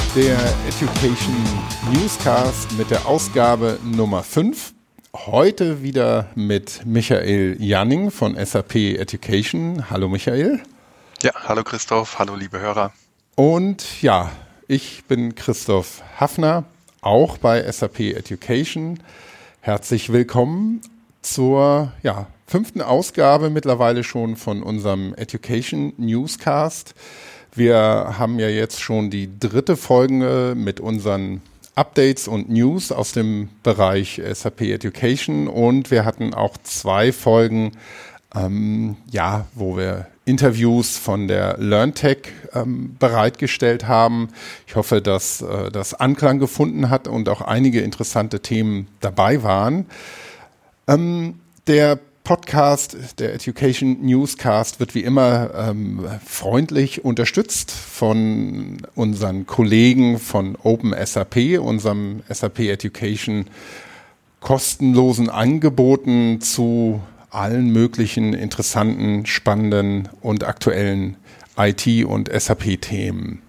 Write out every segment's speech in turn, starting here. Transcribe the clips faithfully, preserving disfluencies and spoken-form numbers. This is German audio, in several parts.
der Education Newscast mit der Ausgabe Nummer fünf. Heute wieder mit Michael Janning von S A P Education. Hallo Michael. Ja, hallo Christoph, hallo liebe Hörer. Und ja, ich bin Christoph Hafner, auch bei S A P Education. Herzlich willkommen zur ja, fünften Ausgabe mittlerweile schon von unserem Education Newscast. Wir haben ja jetzt schon die dritte Folge mit unseren Updates und News aus dem Bereich S A P Education und wir hatten auch zwei Folgen, ähm, ja, wo wir Interviews von der LearnTech ähm, bereitgestellt haben. Ich hoffe, dass äh, das Anklang gefunden hat und auch einige interessante Themen dabei waren. Ähm, der Podcast, der Education Newscast, wird wie immer ähm, freundlich unterstützt von unseren Kollegen von OpenSAP, unserem S A P Education kostenlosen Angeboten zu allen möglichen interessanten, spannenden und aktuellen I T- und S A P-Themen.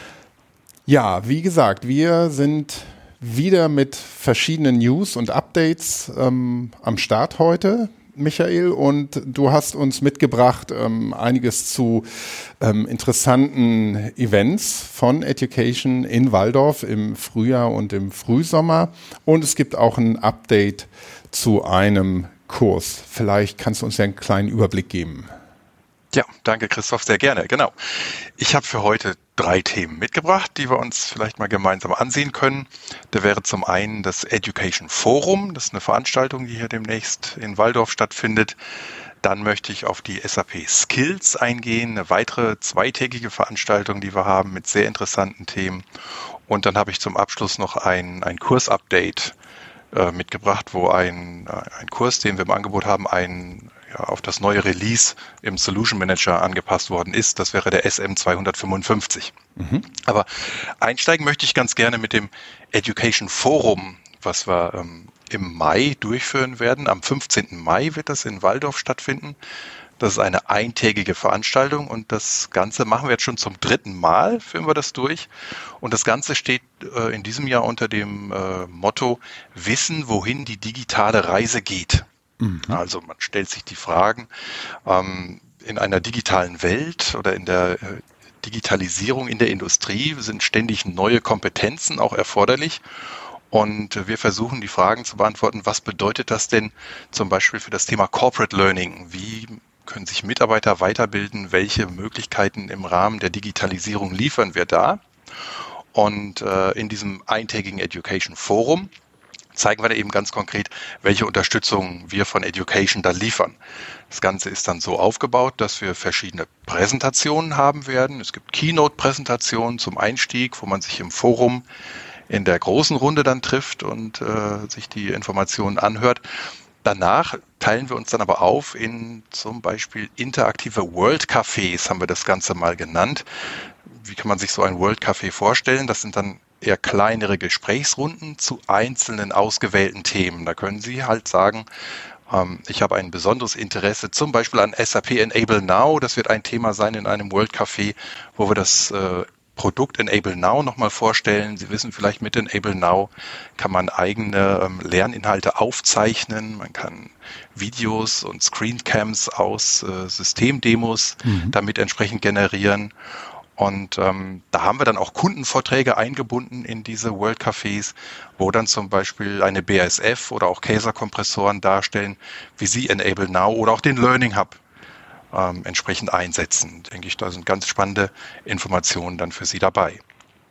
Ja, wie gesagt, wir sind wieder mit verschiedenen News und Updates ähm, am Start heute, Michael, und du hast uns mitgebracht ähm, einiges zu ähm, interessanten Events von Education in Walldorf im Frühjahr und im Frühsommer. Und es gibt auch ein Update zu einem Kurs. Vielleicht kannst du uns ja einen kleinen Überblick geben. Ja, danke Christoph, sehr gerne, genau. Ich habe für heute drei Themen mitgebracht, die wir uns vielleicht mal gemeinsam ansehen können. Da wäre zum einen das Education Forum, das ist eine Veranstaltung, die hier demnächst in Walldorf stattfindet. Dann möchte ich auf die S A P Skills eingehen, eine weitere zweitägige Veranstaltung, die wir haben mit sehr interessanten Themen. Und dann habe ich zum Abschluss noch ein, ein Kursupdate äh, mitgebracht, wo ein, ein Kurs, den wir im Angebot haben, ein ja, auf das neue Release im Solution Manager angepasst worden ist. Das wäre der S M zweihundertfünfundfünfzig. Mhm. Aber einsteigen möchte ich ganz gerne mit dem Education Forum, was wir ähm, im Mai durchführen werden. Am fünfzehnten Mai wird das in Walldorf stattfinden. Das ist eine eintägige Veranstaltung und das Ganze machen wir jetzt schon zum dritten Mal, führen wir das durch. Und das Ganze steht äh, in diesem Jahr unter dem äh, Motto Wissen, wohin die digitale Reise geht. Also man stellt sich die Fragen, ähm, in einer digitalen Welt oder in der äh, Digitalisierung in der Industrie sind ständig neue Kompetenzen auch erforderlich. Und äh, wir versuchen die Fragen zu beantworten, was bedeutet das denn zum Beispiel für das Thema Corporate Learning? Wie können sich Mitarbeiter weiterbilden? Welche Möglichkeiten im Rahmen der Digitalisierung liefern wir da? Und äh, in diesem eintägigen Education Forum zeigen wir da eben ganz konkret, welche Unterstützung wir von Education da liefern. Das Ganze ist dann so aufgebaut, dass wir verschiedene Präsentationen haben werden. Es gibt Keynote-Präsentationen zum Einstieg, wo man sich im Forum in der großen Runde dann trifft und äh, sich die Informationen anhört. Danach teilen wir uns dann aber auf in zum Beispiel interaktive World Cafés, haben wir das Ganze mal genannt. Wie kann man sich so ein World Café vorstellen? Das sind dann eher kleinere Gesprächsrunden zu einzelnen ausgewählten Themen. Da können Sie halt sagen, ähm, ich habe ein besonderes Interesse zum Beispiel an S A P Enable Now. Das wird ein Thema sein in einem World Café, wo wir das äh, Produkt Enable Now nochmal vorstellen. Sie wissen vielleicht, mit Enable Now kann man eigene ähm, Lerninhalte aufzeichnen. Man kann Videos und Screencams aus äh, Systemdemos mhm. damit entsprechend generieren. Und ähm, da haben wir dann auch Kundenvorträge eingebunden in diese World Cafés, wo dann zum Beispiel eine B A S F oder auch Kaiser-Kompressoren darstellen, wie sie Enable Now oder auch den Learning Hub ähm, entsprechend einsetzen. Denke ich, da sind ganz spannende Informationen dann für Sie dabei.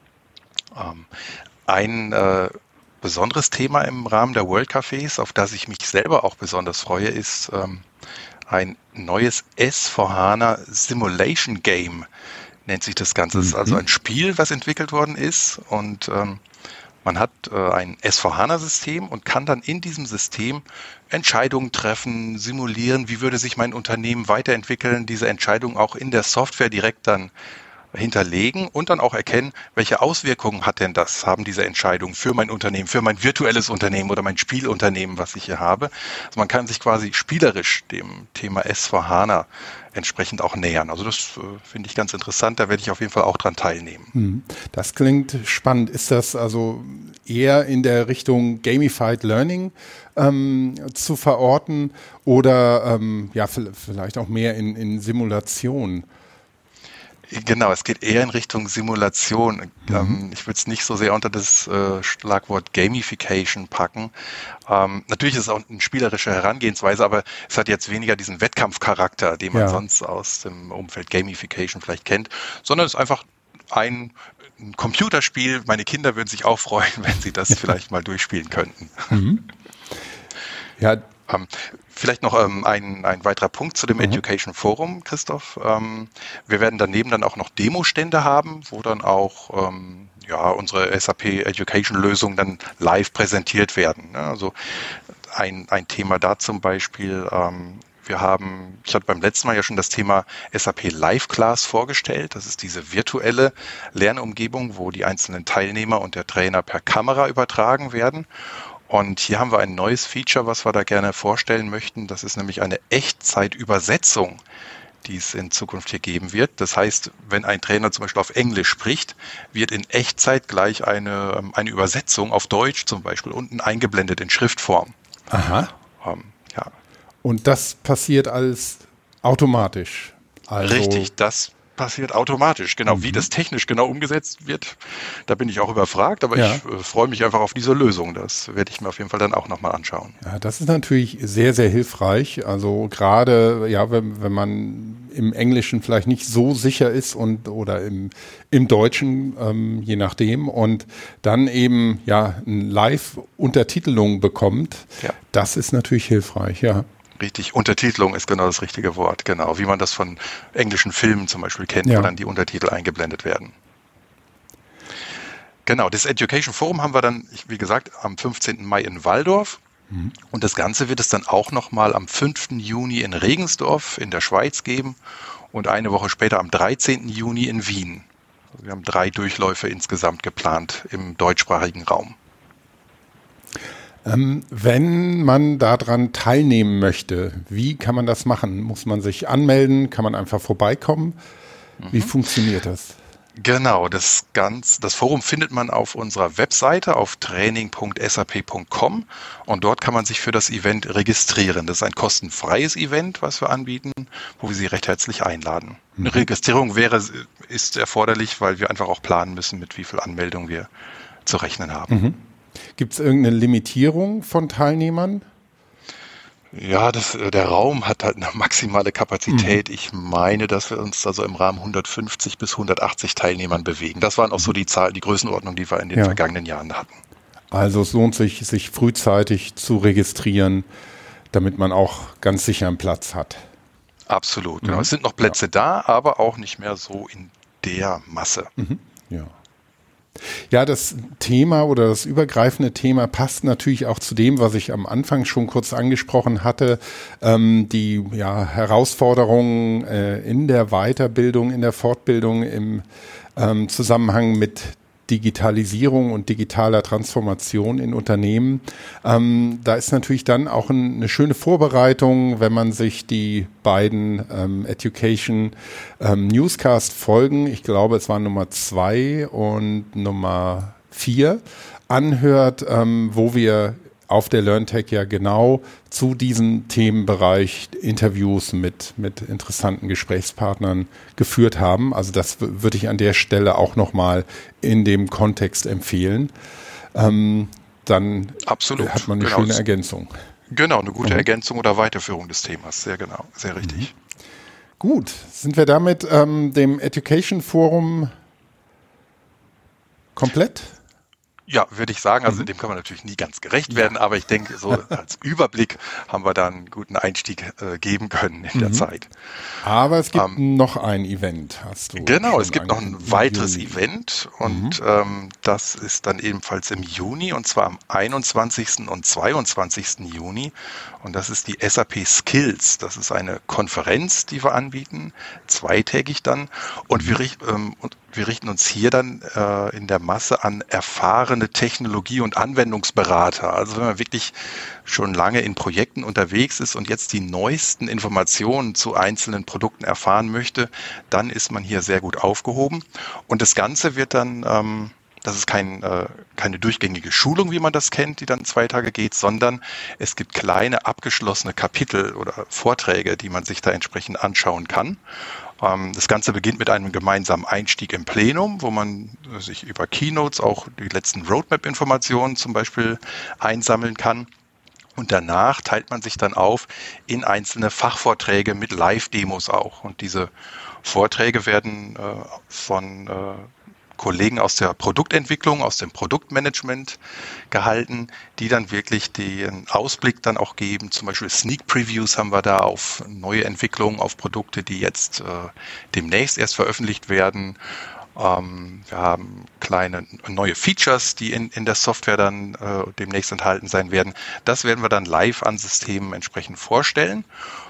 Ähm, ein äh, besonderes Thema im Rahmen der World Cafés, auf das ich mich selber auch besonders freue, ist ähm, ein neues S vier HANA Simulation Game. Nennt sich das Ganze. Das ist also ein Spiel, was entwickelt worden ist und ähm, man hat äh, ein S vier HANA System und kann dann in diesem System Entscheidungen treffen, simulieren, wie würde sich mein Unternehmen weiterentwickeln, diese Entscheidungen auch in der Software direkt dann hinterlegen und dann auch erkennen, welche Auswirkungen hat denn das, haben diese Entscheidungen für mein Unternehmen, für mein virtuelles Unternehmen oder mein Spielunternehmen, was ich hier habe. Also man kann sich quasi spielerisch dem Thema S vier HANA entsprechend auch nähern. Also das äh, finde ich ganz interessant, da werde ich auf jeden Fall auch dran teilnehmen. Das klingt spannend. Ist das also eher in der Richtung Gamified Learning ähm, zu verorten oder ähm, ja vielleicht auch mehr in, in Simulation? Genau, es geht eher in Richtung Simulation. Mhm. Ähm, ich würde es nicht so sehr unter das äh, Schlagwort Gamification packen. Ähm, natürlich ist es auch eine spielerische Herangehensweise, aber es hat jetzt weniger diesen Wettkampfcharakter, den man ja. sonst aus dem Umfeld Gamification vielleicht kennt, sondern es ist einfach ein, ein Computerspiel. Meine Kinder würden sich auch freuen, wenn sie das vielleicht mal durchspielen könnten. Mhm. Ja. Ähm, vielleicht noch ähm, ein, ein weiterer Punkt zu dem mhm. Education Forum, Christoph. Ähm, wir werden daneben dann auch noch Demostände haben, wo dann auch ähm, ja, unsere S A P Education Lösungen dann live präsentiert werden. Ne? Also ein, ein Thema da zum Beispiel, ähm, wir haben, ich hatte beim letzten Mal ja schon das Thema S A P Live Class vorgestellt. Das ist diese virtuelle Lernumgebung, wo die einzelnen Teilnehmer und der Trainer per Kamera übertragen werden. Und hier haben wir ein neues Feature, was wir da gerne vorstellen möchten. Das ist nämlich eine Echtzeitübersetzung, die es in Zukunft hier geben wird. Das heißt, wenn ein Trainer zum Beispiel auf Englisch spricht, wird in Echtzeit gleich eine, eine Übersetzung auf Deutsch zum Beispiel unten eingeblendet in Schriftform. Aha. Ähm, ja. Und das passiert alles automatisch? Also richtig, das passiert automatisch. Genau, mhm. wie das technisch genau umgesetzt wird, da bin ich auch überfragt, aber ja. ich äh, freue mich einfach auf diese Lösung. Das werde ich mir auf jeden Fall dann auch nochmal anschauen. Ja, das ist natürlich sehr, sehr hilfreich. Also gerade, ja, wenn, wenn man im Englischen vielleicht nicht so sicher ist und oder im, im Deutschen, ähm, je nachdem, und dann eben ja eine Live-Untertitelung bekommt, ja. das ist natürlich hilfreich, ja. Richtig, Untertitelung ist genau das richtige Wort, genau, wie man das von englischen Filmen zum Beispiel kennt, ja. wo dann die Untertitel eingeblendet werden. Genau, das Education Forum haben wir dann, wie gesagt, am fünfzehnten Mai in Walldorf mhm. und das Ganze wird es dann auch nochmal am fünften Juni in Regensdorf in der Schweiz geben und eine Woche später am dreizehnten Juni in Wien. Also wir haben drei Durchläufe insgesamt geplant im deutschsprachigen Raum. Ähm, wenn man daran teilnehmen möchte, wie kann man das machen? Muss man sich anmelden? Kann man einfach vorbeikommen? Wie mhm. funktioniert das? Genau, das ganz, das Forum findet man auf unserer Webseite auf training punkt s a p punkt com und dort kann man sich für das Event registrieren. Das ist ein kostenfreies Event, was wir anbieten, wo wir Sie recht herzlich einladen. Mhm. Eine Registrierung wäre, ist erforderlich, weil wir einfach auch planen müssen, mit wie viel Anmeldung wir zu rechnen haben. Mhm. Gibt es irgendeine Limitierung von Teilnehmern? Ja, das, der Raum hat halt eine maximale Kapazität. Mhm. Ich meine, dass wir uns also im Rahmen hundertfünfzig bis hundertachtzig Teilnehmern bewegen. Das waren auch so die Zahlen, die Größenordnung, die wir in den ja. vergangenen Jahren hatten. Also es lohnt sich, sich frühzeitig zu registrieren, damit man auch ganz sicher einen Platz hat. Absolut, genau. Mhm. Es sind noch Plätze ja. da, aber auch nicht mehr so in der Masse. Mhm. Ja. Ja, das Thema oder das übergreifende Thema passt natürlich auch zu dem, was ich am Anfang schon kurz angesprochen hatte, ähm, die ja, Herausforderungen äh, in der Weiterbildung, in der Fortbildung im ähm, Zusammenhang mit Digitalisierung und digitaler Transformation in Unternehmen. Ähm, da ist natürlich dann auch ein, eine schöne Vorbereitung, wenn man sich die beiden ähm, Education ähm, Newscast Folgen, ich glaube es waren Nummer zwei und Nummer vier, anhört, ähm, wo wir auf der LearnTech ja genau zu diesem Themenbereich Interviews mit, mit interessanten Gesprächspartnern geführt haben. Also das w- würde ich an der Stelle auch nochmal in dem Kontext empfehlen. Ähm, dann Absolut. hat man eine genau. schöne Ergänzung. Genau, eine gute mhm. Ergänzung oder Weiterführung des Themas. Sehr genau, sehr richtig. Mhm. Gut, sind wir damit ähm, dem Education Forum komplett? Ja, würde ich sagen. Also Mhm. dem kann man natürlich nie ganz gerecht werden, ja. aber ich denke, so als Überblick haben wir da einen guten Einstieg äh, geben können in mhm. der Zeit. Aber es gibt ähm, noch ein Event, hast du Genau, es gibt noch ein weiteres Juni. Event und mhm. ähm, das ist dann ebenfalls im Juni und zwar am einundzwanzigsten und zweiundzwanzigsten Juni und das ist die S A P Skills. Das ist eine Konferenz, die wir anbieten, zweitägig dann und mhm. wir, ähm, und wir richten uns hier dann äh, in der Masse an erfahrene Technologie- und Anwendungsberater. Also wenn man wirklich schon lange in Projekten unterwegs ist und jetzt die neuesten Informationen zu einzelnen Produkten erfahren möchte, dann ist man hier sehr gut aufgehoben. Und das Ganze wird dann, ähm, das ist kein, äh, keine durchgängige Schulung, wie man das kennt, die dann zwei Tage geht, sondern es gibt kleine abgeschlossene Kapitel oder Vorträge, die man sich da entsprechend anschauen kann. Das Ganze beginnt mit einem gemeinsamen Einstieg im Plenum, wo man sich über Keynotes auch die letzten Roadmap-Informationen zum Beispiel einsammeln kann. Und danach teilt man sich dann auf in einzelne Fachvorträge mit Live-Demos auch. Und diese Vorträge werden äh, von äh, Kollegen aus der Produktentwicklung, aus dem Produktmanagement gehalten, die dann wirklich den Ausblick dann auch geben. Zum Beispiel Sneak Previews haben wir da auf neue Entwicklungen, auf Produkte, die jetzt äh, demnächst erst veröffentlicht werden. Ähm, wir haben kleine neue Features, die in, in der Software dann äh, demnächst enthalten sein werden. Das werden wir dann live an Systemen entsprechend vorstellen.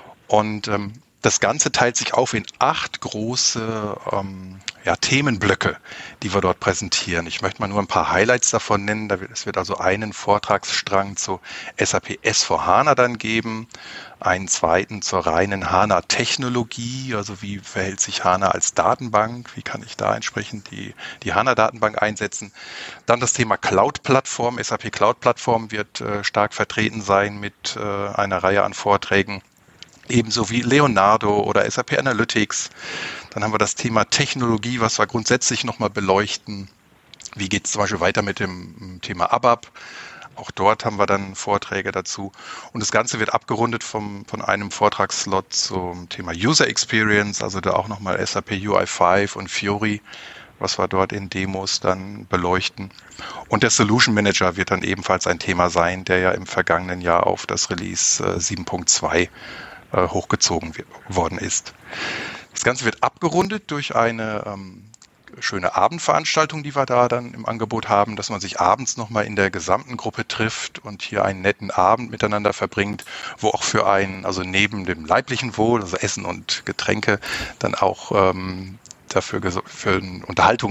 Und ähm, das Ganze teilt sich auf in acht große ähm, ja, Themenblöcke, die wir dort präsentieren. Ich möchte mal nur ein paar Highlights davon nennen. Es wird also einen Vortragsstrang zu S A P S vier HANA dann geben, einen zweiten zur reinen HANA-Technologie, also wie verhält sich HANA als Datenbank, wie kann ich da entsprechend die, die HANA-Datenbank einsetzen. Dann das Thema Cloud-Plattform, S A P Cloud-Plattform wird äh, stark vertreten sein mit äh, einer Reihe an Vorträgen. Ebenso wie Leonardo oder S A P Analytics. Dann haben wir das Thema Technologie, was wir grundsätzlich nochmal beleuchten. Wie geht es zum Beispiel weiter mit dem Thema A B A P? Auch dort haben wir dann Vorträge dazu. Und das Ganze wird abgerundet vom, von einem Vortragsslot zum Thema User Experience, also da auch nochmal S A P U I fünf und Fiori, was wir dort in Demos dann beleuchten. Und der Solution Manager wird dann ebenfalls ein Thema sein, der ja im vergangenen Jahr auf das Release äh, sieben Punkt zwei hochgezogen worden ist. Das Ganze wird abgerundet durch eine ähm, schöne Abendveranstaltung, die wir da dann im Angebot haben, dass man sich abends nochmal in der gesamten Gruppe trifft und hier einen netten Abend miteinander verbringt, wo auch für einen, also neben dem leiblichen Wohl, also Essen und Getränke, dann auch ähm, dafür für eine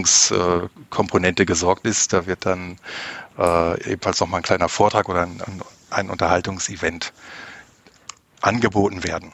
Unterhaltungskomponente gesorgt ist. Da wird dann äh, ebenfalls nochmal ein kleiner Vortrag oder ein, ein Unterhaltungsevent angeboten werden.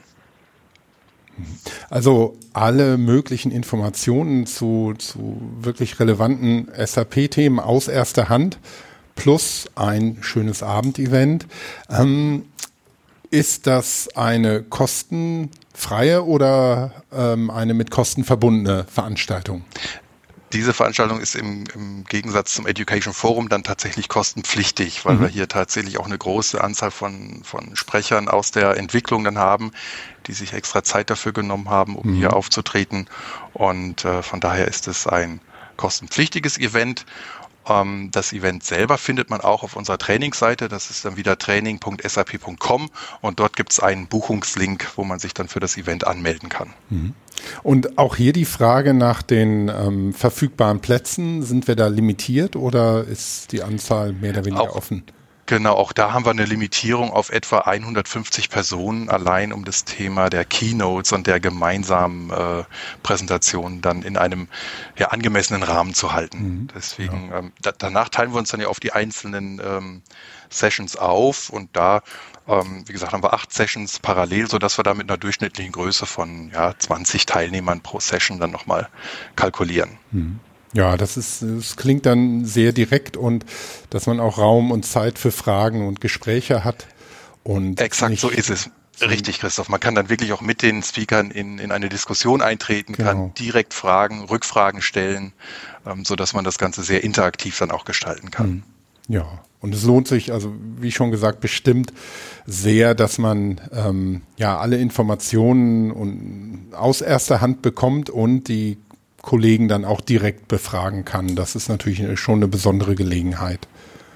Also alle möglichen Informationen zu, zu wirklich relevanten S A P-Themen aus erster Hand plus ein schönes Abendevent. Ähm, ist das eine kostenfreie oder ähm, eine mit Kosten verbundene Veranstaltung? Diese Veranstaltung ist im, im Gegensatz zum Education Forum dann tatsächlich kostenpflichtig, weil mhm. wir hier tatsächlich auch eine große Anzahl von, von Sprechern aus der Entwicklung dann haben, die sich extra Zeit dafür genommen haben, um mhm. hier aufzutreten. Und äh, von daher ist es ein kostenpflichtiges Event. Ähm, das Event selber findet man auch auf unserer Trainingsseite. Das ist dann wieder training punkt s a p punkt com und dort gibt es einen Buchungslink, wo man sich dann für das Event anmelden kann. Mhm. Und auch hier die Frage nach den ähm, verfügbaren Plätzen. Sind wir da limitiert oder ist die Anzahl mehr oder weniger auch, offen? Genau, auch da haben wir eine Limitierung auf etwa hundertfünfzig Personen, allein um das Thema der Keynotes und der gemeinsamen äh, Präsentation dann in einem ja, angemessenen Rahmen zu halten. Mhm. Deswegen, ja. ähm, da, danach teilen wir uns dann ja auf die einzelnen ähm, Sessions auf und da, ähm, wie gesagt, haben wir acht Sessions parallel, sodass wir da mit einer durchschnittlichen Größe von ja, zwanzig Teilnehmern pro Session dann nochmal kalkulieren. Mhm. Ja, das ist, das klingt dann sehr direkt und dass man auch Raum und Zeit für Fragen und Gespräche hat. Und exakt so ist es. Richtig, Christoph. Man kann dann wirklich auch mit den Speakern in, in eine Diskussion eintreten, genau. kann direkt Fragen, Rückfragen stellen, ähm, sodass man das Ganze sehr interaktiv dann auch gestalten kann. Ja, und es lohnt sich, also wie schon gesagt, bestimmt sehr, dass man ähm, ja alle Informationen und aus erster Hand bekommt und die Kollegen dann auch direkt befragen kann. Das ist natürlich schon eine besondere Gelegenheit.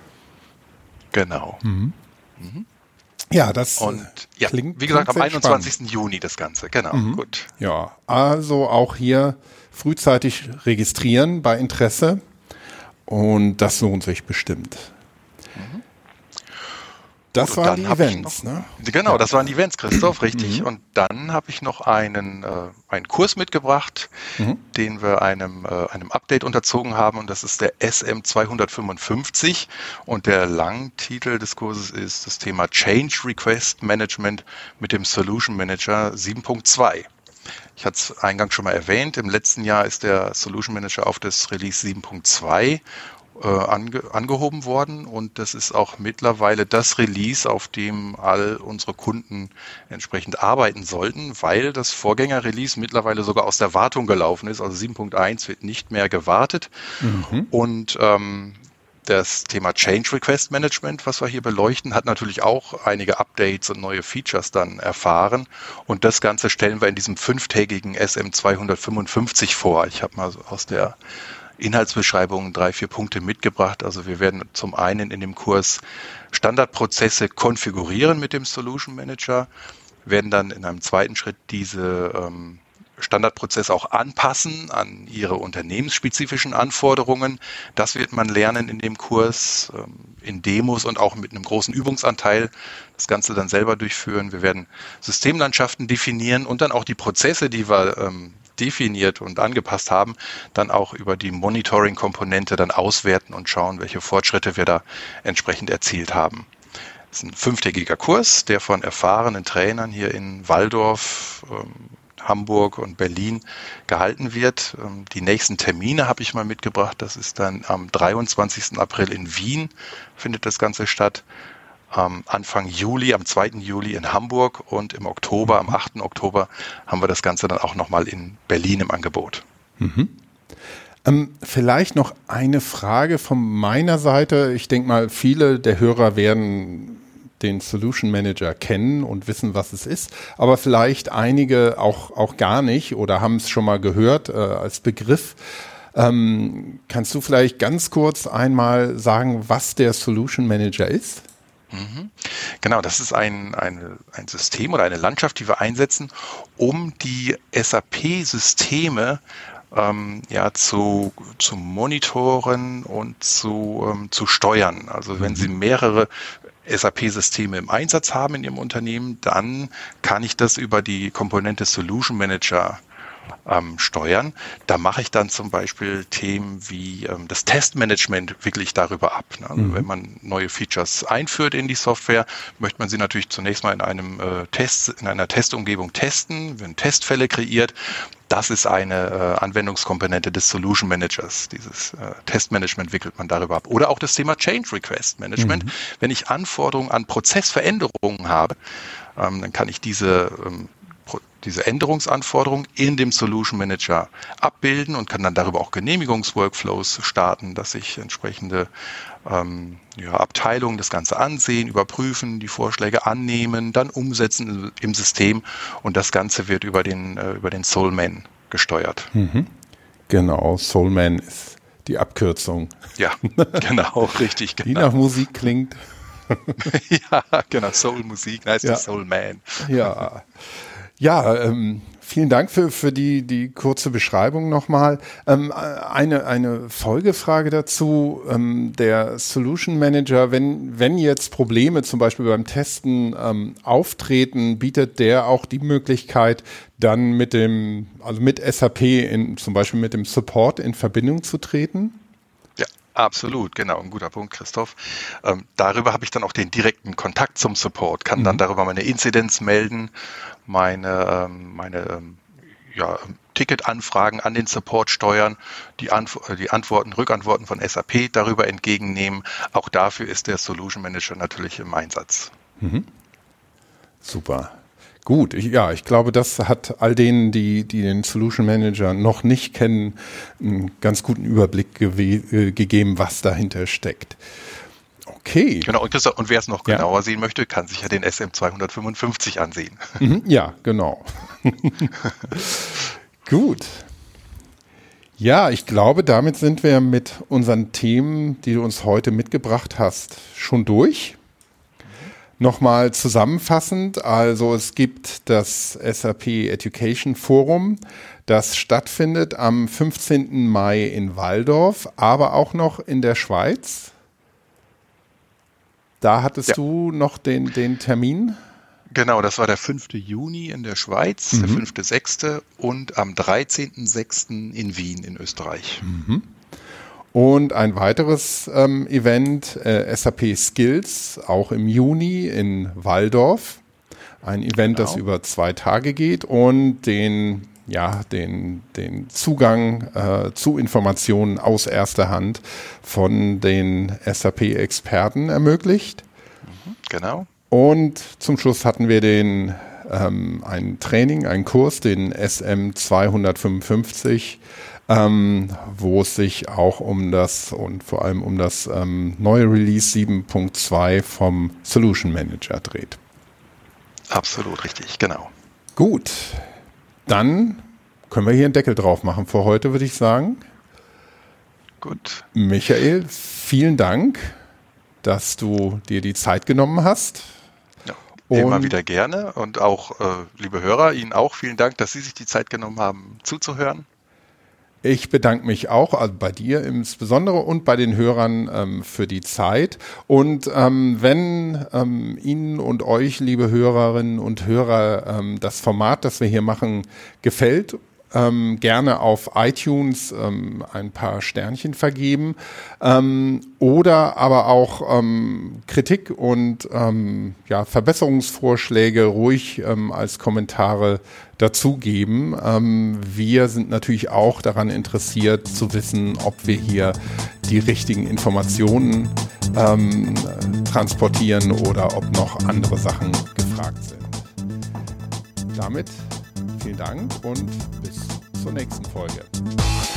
Genau. Mhm. Mhm. Ja, das und ja, klingt, wie gesagt, klingt am einundzwanzigsten Juni das Ganze. Genau, mhm. gut. Ja, also auch hier frühzeitig registrieren bei Interesse und das lohnt sich bestimmt. Mhm. Das und waren die Events, noch, ne? Genau, ja. das waren die Events, Christoph, richtig. Mhm. Und dann habe ich noch einen, äh, einen Kurs mitgebracht, mhm. den wir einem, äh, einem Update unterzogen haben. Und das ist der S M zweihundertfünfundfünfzig. Und der Langtitel des Kurses ist das Thema Change Request Management mit dem Solution Manager sieben Punkt zwei. Ich hatte es eingangs schon mal erwähnt. Im letzten Jahr ist der Solution Manager auf das Release sieben Punkt zwei Äh, ange, angehoben worden und das ist auch mittlerweile das Release, auf dem all unsere Kunden entsprechend arbeiten sollten, weil das Vorgänger-Release mittlerweile sogar aus der Wartung gelaufen ist. Also sieben Punkt eins wird nicht mehr gewartet mhm. und ähm, das Thema Change Request Management, was wir hier beleuchten, hat natürlich auch einige Updates und neue Features dann erfahren und das Ganze stellen wir in diesem fünftägigen S M zweihundertfünfundfünfzig vor. Ich habe mal aus der Inhaltsbeschreibungen drei, vier Punkte mitgebracht. Also wir werden zum einen in dem Kurs Standardprozesse konfigurieren mit dem Solution Manager, werden dann in einem zweiten Schritt diese ähm, Standardprozesse auch anpassen an ihre unternehmensspezifischen Anforderungen. Das wird man lernen in dem Kurs, ähm, in Demos und auch mit einem großen Übungsanteil das Ganze dann selber durchführen. Wir werden Systemlandschaften definieren und dann auch die Prozesse, die wir ähm, definiert und angepasst haben, dann auch über die Monitoring-Komponente dann auswerten und schauen, welche Fortschritte wir da entsprechend erzielt haben. Das ist ein fünftägiger Kurs, der von erfahrenen Trainern hier in Walldorf, ähm, Hamburg und Berlin gehalten wird. Ähm, die nächsten Termine habe ich mal mitgebracht. Das ist dann am dreiundzwanzigsten April in Wien findet das Ganze statt. Am Anfang Juli, am zweiten Juli in Hamburg und im Oktober, am achten Oktober haben wir das Ganze dann auch nochmal in Berlin im Angebot. Mhm. Ähm, vielleicht noch eine Frage von meiner Seite. Ich denke mal, viele der Hörer werden den Solution Manager kennen und wissen, was es ist, aber vielleicht einige auch, auch gar nicht oder haben es schon mal gehört äh, als Begriff. Ähm, kannst du vielleicht ganz kurz einmal sagen, was der Solution Manager ist? Mhm. Genau, das ist ein, eine, ein System oder eine Landschaft, die wir einsetzen, um die S A P-Systeme ähm, ja, zu, zu monitoren und zu, ähm, zu steuern. Also wenn Sie mehrere S A P-Systeme im Einsatz haben in Ihrem Unternehmen, dann kann ich das über die Komponente Solution Manager Ähm, steuern. Da mache ich dann zum Beispiel Themen wie ähm, das Testmanagement wirklich darüber ab. Ne? Also mhm. Wenn man neue Features einführt in die Software, möchte man sie natürlich zunächst mal in einem äh, Test, in einer Testumgebung testen, wenn Testfälle kreiert. Das ist eine äh, Anwendungskomponente des Solution Managers. Dieses äh, Testmanagement wickelt man darüber ab. Oder auch das Thema Change Request Management. Mhm. Wenn ich Anforderungen an Prozessveränderungen habe, ähm, dann kann ich diese ähm, diese Änderungsanforderungen in dem Solution Manager abbilden und kann dann darüber auch Genehmigungsworkflows starten, dass sich entsprechende ähm, ja, Abteilungen das Ganze ansehen, überprüfen, die Vorschläge annehmen, dann umsetzen im System und das Ganze wird über den, äh, über den Soulman gesteuert. Mhm. Genau, Soulman ist die Abkürzung. Ja, genau, richtig. Genau. Die nach Musik klingt. Ja, genau, Soul-Musik, da ist ja. Der Soulman. Ja. Ja, ähm, vielen Dank für, für die, die kurze Beschreibung nochmal. Ähm, eine, eine Folgefrage dazu. Ähm, der Solution Manager, wenn, wenn jetzt Probleme zum Beispiel beim Testen ähm, auftreten, bietet der auch die Möglichkeit, dann mit dem, also mit S A P, in, zum Beispiel mit dem Support in Verbindung zu treten? Absolut, genau, ein guter Punkt, Christoph. Ähm, darüber habe ich dann auch den direkten Kontakt zum Support, kann mhm. dann darüber meine Inzidenz melden, meine, ähm, meine ähm, ja, Ticketanfragen an den Support steuern, die, Anf- die Antworten, Rückantworten von S A P darüber entgegennehmen. Auch dafür ist der Solution Manager natürlich im Einsatz. Mhm. Super. Gut, ich, ja, ich glaube, das hat all denen, die, die den Solution Manager noch nicht kennen, einen ganz guten Überblick gewe- äh, gegeben, was dahinter steckt. Okay. Genau, und, und wer es noch genauer ja. sehen möchte, kann sich ja den S M zweihundertfünfundfünfzig ansehen. Mhm, ja, genau. Gut. Ja, ich glaube, damit sind wir mit unseren Themen, die du uns heute mitgebracht hast, schon durch. Nochmal zusammenfassend, also es gibt das S A P Education Forum, das stattfindet am fünfzehnten Mai in Walldorf, aber auch noch in der Schweiz. Da hattest ja. du noch den, den Termin? Genau, das war der fünfte Juni in der Schweiz, mhm. der fünfte sechste und am dreizehnten sechsten in Wien in Österreich. Mhm. Und ein weiteres ähm, Event, äh, S A P Skills, auch im Juni in Walldorf. Ein Event, genau. das über zwei Tage geht und den, ja, den, den Zugang äh, zu Informationen aus erster Hand von den S A P-Experten ermöglicht. Mhm, genau. Und zum Schluss hatten wir den ähm, ein Training, einen Kurs, den S M zweihundertfünfundfünfzig, ähm, wo es sich auch um das und vor allem um das ähm, neue Release sieben Punkt zwei vom Solution Manager dreht. Absolut richtig, genau. Gut, dann können wir hier einen Deckel drauf machen für heute, würde ich sagen. Gut. Michael, vielen Dank, dass du dir die Zeit genommen hast. Ja, immer wieder gerne und auch, äh, liebe Hörer, Ihnen auch vielen Dank, dass Sie sich die Zeit genommen haben, zuzuhören. Ich bedanke mich auch, also bei dir insbesondere und bei den Hörern ähm, für die Zeit. Und ähm, wenn ähm, Ihnen und euch, liebe Hörerinnen und Hörer, ähm, das Format, das wir hier machen, gefällt, ähm, gerne auf iTunes ähm, ein paar Sternchen vergeben ähm, oder aber auch ähm, Kritik und ähm, ja, Verbesserungsvorschläge ruhig ähm, als Kommentare dazugeben. Ähm, wir sind natürlich auch daran interessiert zu wissen, ob wir hier die richtigen Informationen ähm, transportieren oder ob noch andere Sachen gefragt sind. Damit vielen Dank und bis zur nächsten Folge.